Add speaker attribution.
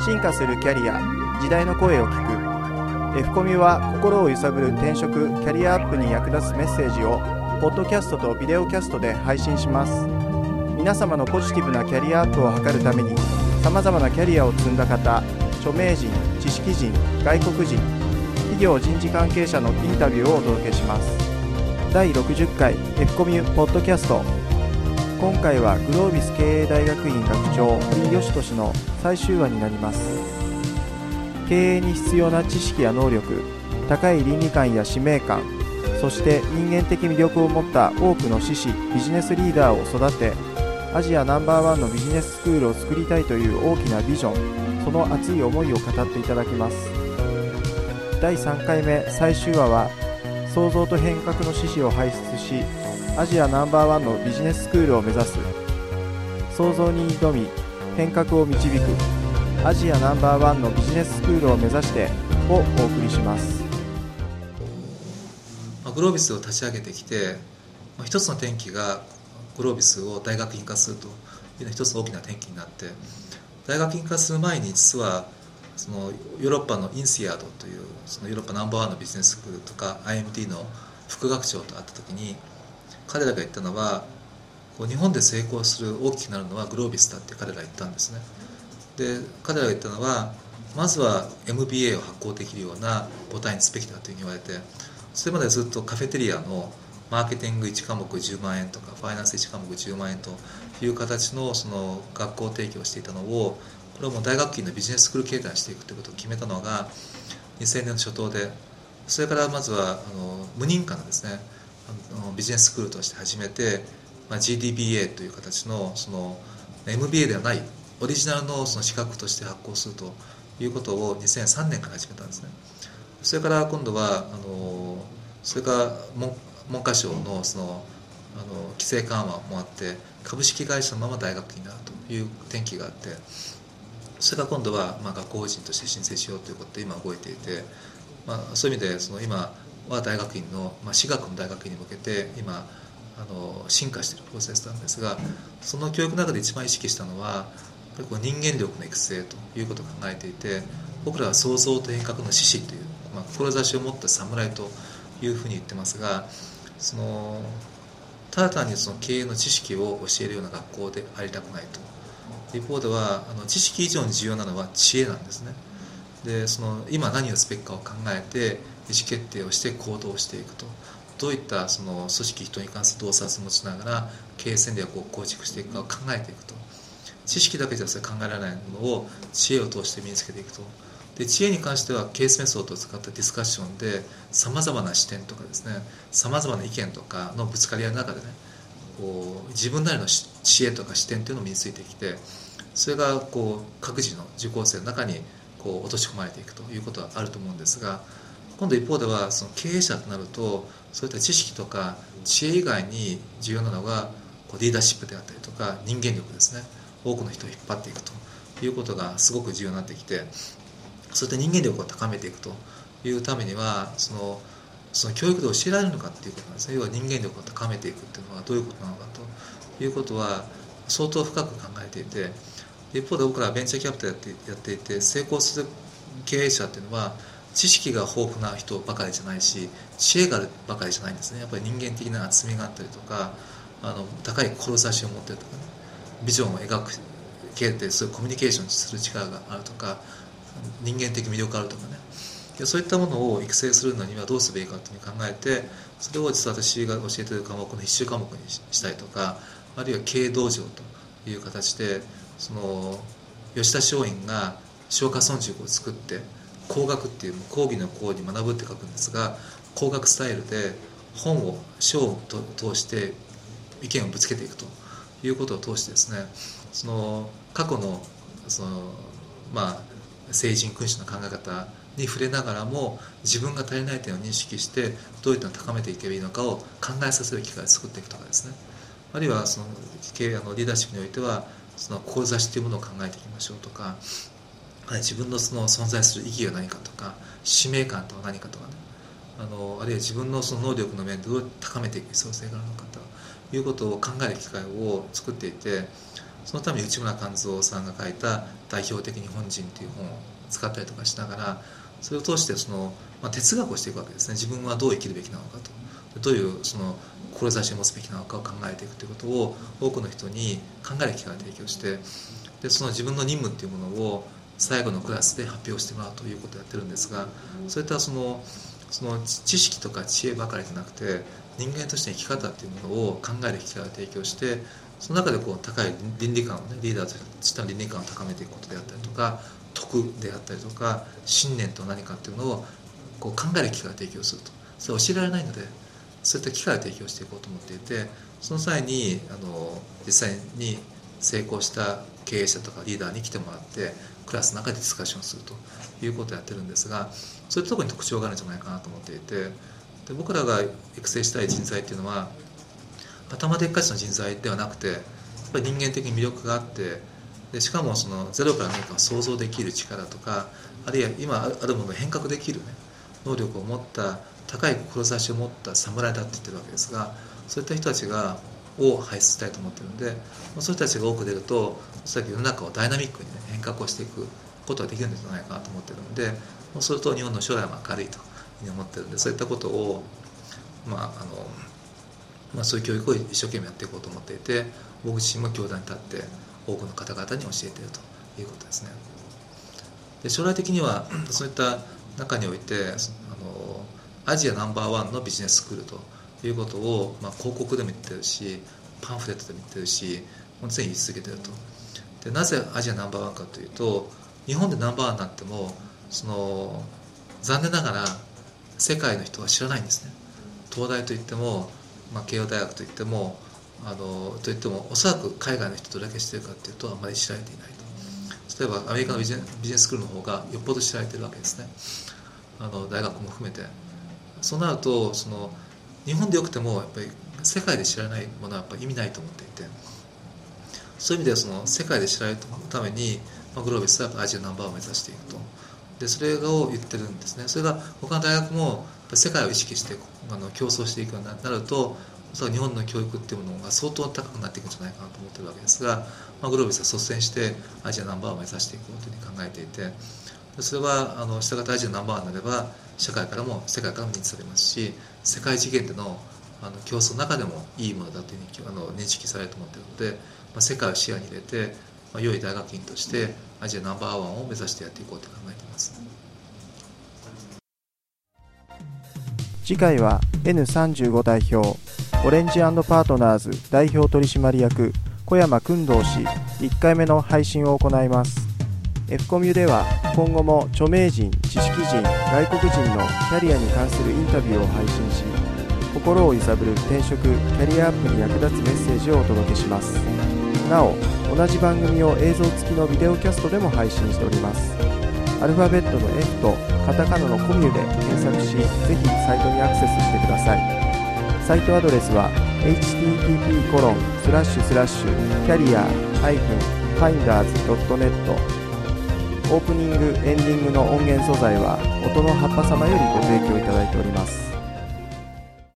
Speaker 1: 進化するキャリア、時代の声を聞く。 F コミは心を揺さぶる転職・キャリアアップに役立つメッセージをポッドキャストとビデオキャストで配信します。皆様のポジティブなキャリアアップを図るために、さまざまなキャリアを積んだ方、著名人、知識人、外国人、企業人事関係者のインタビューをお届けします。第60回 F コミュポッドキャスト。今回はグロービス経営大学院学長堀義俊の最終話になります。経営に必要な知識や能力、高い倫理観や使命感、そして人間的魅力を持った多くの志士、ビジネスリーダーを育て、アジアナンバーワンのビジネススクールを作りたいという大きなビジョン、その熱い思いを語っていただきます。第3回目最終話は、創造と変革の志士を輩出し、アジアナンバーワンのビジネススクールを目指す、創造に挑み変革を導くアジアナンバーワンのビジネススクールを目指してをお送りします。
Speaker 2: グロービスを立ち上げてきて、一つの転機がグロービスを大学院化するというのが一つ大きな転機になって、大学院化する前に実はそのヨーロッパのインシアードというそのヨーロッパナンバーワンのビジネススクールとか IMD の副学長と会った時に、彼らが言ったのは、日本で成功する大きくなるのはグロービスだって彼らが言ったんですね。で、彼らが言ったのは、まずは MBA を発行できるような母体にすべきだというふうに言われて、それまでずっとカフェテリアのマーケティング1科目10万円とかファイナンス1科目10万円という形のその学校提供していたのを、これをもう大学院のビジネススクール形態にしていくということを決めたのが2000年の初頭で、それからまずは無認可のですね、ビジネススクールとして始めて、GDBA という形のその MBA ではないオリジナルのその資格として発行するということを2003年から始めたんですね。それから今度はそれから文科省のその規制緩和もあって、株式会社のまま大学になるという転機があって、それから今度は学校法人として申請しようということで今動いていて、そういう意味でその今は大学院の、私学の大学院に向けて今進化しているプロセスなんですが、その教育の中で一番意識したのは人間力の育成ということを考えていて、僕らは創造と変革の志士という、志を持った侍というふうに言ってますが、ただ単にその経営の知識を教えるような学校でありたくないと。一方では知識以上に重要なのは知恵なんですね。で、今何をすべきかを考えて意思決定をして行動していくと、どういったその組織人に関する洞察を持ちながら経営戦略を構築していくかを考えていくと。知識だけじゃそれ考えられないものを知恵を通して身につけていくと。で、知恵に関してはケースメソッドを使ったディスカッションでさまざまな視点とかですね、さまざまな意見とかのぶつかり合いの中でね、自分なりの知恵とか視点というのを身についてきて、それが各自の受講生の中に落とし込まれていくということはあると思うんですが、今度一方ではその経営者となると、そういった知識とか知恵以外に重要なのがリーダーシップであったりとか人間力ですね。多くの人を引っ張っていくということがすごく重要になってきて、そういった人間力を高めていくというためにはその教育で教えられるのかっていうことなんですね。要は人間力を高めていくっていうのはどういうことなのかということは相当深く考えていて、一方で僕らはベンチャーキャピタルやっていて、成功する経営者っていうのは知識が豊富な人ばかりじゃないし、知恵があるばかりじゃないんですね。やっぱり人間的な厚みがあったりとか、高い志を持ってるとかね、ビジョンを描く経営ってそういうコミュニケーションする力があるとか、人間的魅力があるとかね、でそういったものを育成するのにはどうすべきかというふうに考えて、それを実は私が教えている科目の必修科目にしたりとか、あるいは経営道場という形で吉田松陰が松下村塾を作って、工学っていう講義の講に学ぶって書くんですが、工学スタイルで本を書を通して意見をぶつけていくということを通してですね、過去の聖人君主の考え方に触れながらも、自分が足りない点を認識してどういったのを高めていけばいいのかを考えさせる機会を作っていくとかですね、あるいはリーダーシップにおいては志というものを考えていきましょうとか、自分の存在する意義が何かとか、使命感とは何かとかね、あるいは自分の能力の面でどう高めていく必要性があるのかということを考える機会を作っていて、 そのために内村勘三さんが書いた代表的日本人という本を使ったりとかしながら、それを通して哲学をしていくわけですね。自分はどう生きるべきなのかと、どういう志を持つべきなのかを考えていくということを多くの人に考える機会を提供して、でその自分の任務っていうものを最後のクラスで発表してもらうということをやってるんですが、そういったその知識とか知恵ばかりじゃなくて、人間としての生き方っていうものを考える機会を提供して、その中で高い倫理観をね、リーダーとした倫理観を高めていくことであったりとか、徳であったりとか、信念とは何かっていうのを考える機会を提供すると。それは教えられないので、そういった機会を提供していこうと思っていて、その際に実際に成功した経営者とかリーダーに来てもらってクラスの中でディスカッションするということをやってるんですが、そういったところに特徴があるんじゃないかなと思っていて、で僕らが育成したい人材っていうのは頭でっかちの人材ではなくて、やっぱり人間的に魅力があって、でしかもゼロから何かを想像できる力とか、あるいは今あるものを変革できる、ね、能力を持った高い志を持った侍だって言ってるわけですが、そういった人たちを輩出したいと思ってるので、そういう人たちが多く出ると、世の中をダイナミックに、ね、変革をしていくことができるんじゃないかなと思ってるので、そうすると日本の将来も明るいというふうに思ってるので、そういったことをそういう教育を一生懸命やっていこうと思っていて、僕自身も教壇に立って多くの方々に教えているということですね。で将来的にはそういった中においてアジアナンバーワンのビジネススクールということを、広告でも言ってるし、パンフレットでも言ってるし、常に言い続けてると。でなぜアジアナンバーワンかというと、日本でナンバーワンになっても残念ながら世界の人は知らないんですね。東大といっても、慶応大学といってもおそらく海外の人どれだけ知ってるかというと、あまり知られていないと。例えばアメリカのビジネススクールの方がよっぽど知られているわけですね。大学も含めて。そうなると日本でよくてもやっぱり世界で知られないものはやっぱり意味ないと思っていて、そういう意味では世界で知られるために、グロービスはアジアナンバーを目指していくと。でそれを言ってるんですね。それが他の大学も世界を意識して競争していくようになると、日本の教育っていうものが相当高くなっていくんじゃないかなと思ってるわけですが、グロービスは率先してアジアナンバーを目指していこうというふうに考えていて、それはしたがってアジアナンバーワンになれば社会からも世界からも認知されますし、世界次元での競争の中でもいいものだというふうに認識されると思っているので、世界を視野に入れて良い大学院としてアジアナンバーワンを目指してやっていこうと考えています。
Speaker 1: 次回は N35 代表オレンジ&パートナーズ代表取締役小山薫堂氏1回目の配信を行います。 F コミュでは今後も著名人、知識人、外国人のキャリアに関するインタビューを配信し、心を揺さぶる転職・キャリアアップに役立つメッセージをお届けします。なお、同じ番組を映像付きのビデオキャストでも配信しております。アルファベットの F とカタカナのコミュで検索し、ぜひサイトにアクセスしてください。サイトアドレスは http://carrier-finders.net。 オープニング・エンディングの音源素材は音の葉っぱ様よりご提供いただいております。